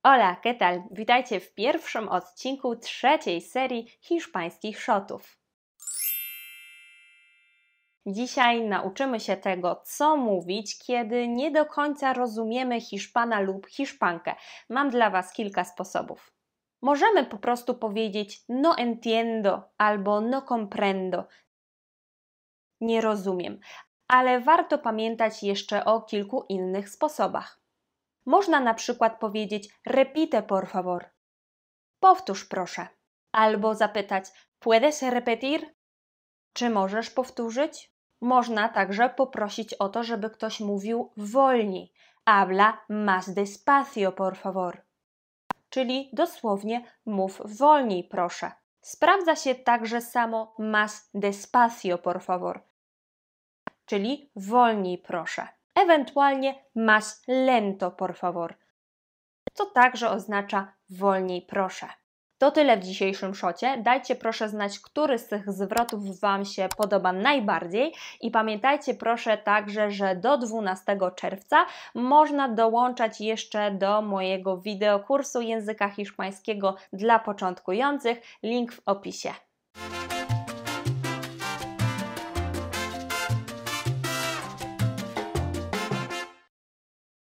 Hola, ¿qué tal? Witajcie w pierwszym odcinku trzeciej serii hiszpańskich shotów. Dzisiaj nauczymy się tego, co mówić, kiedy nie do końca rozumiemy Hiszpana lub Hiszpankę. Mam dla Was kilka sposobów. Możemy po prostu powiedzieć no entiendo albo no comprendo. Nie rozumiem, ale warto pamiętać jeszcze o kilku innych sposobach. Można na przykład powiedzieć repite por favor. Powtórz proszę. Albo zapytać ¿puedes repetir? Czy możesz powtórzyć? Można także poprosić o to, żeby ktoś mówił wolniej. Habla más despacio por favor. Czyli dosłownie mów wolniej proszę. Sprawdza się także samo más despacio por favor. Czyli wolniej proszę. Ewentualnie más lento por favor. Co także oznacza wolniej proszę. To tyle w dzisiejszym szocie. Dajcie proszę znać, który z tych zwrotów Wam się podoba najbardziej i pamiętajcie proszę także, że do 12 czerwca można dołączać jeszcze do mojego wideokursu języka hiszpańskiego dla początkujących. Link w opisie.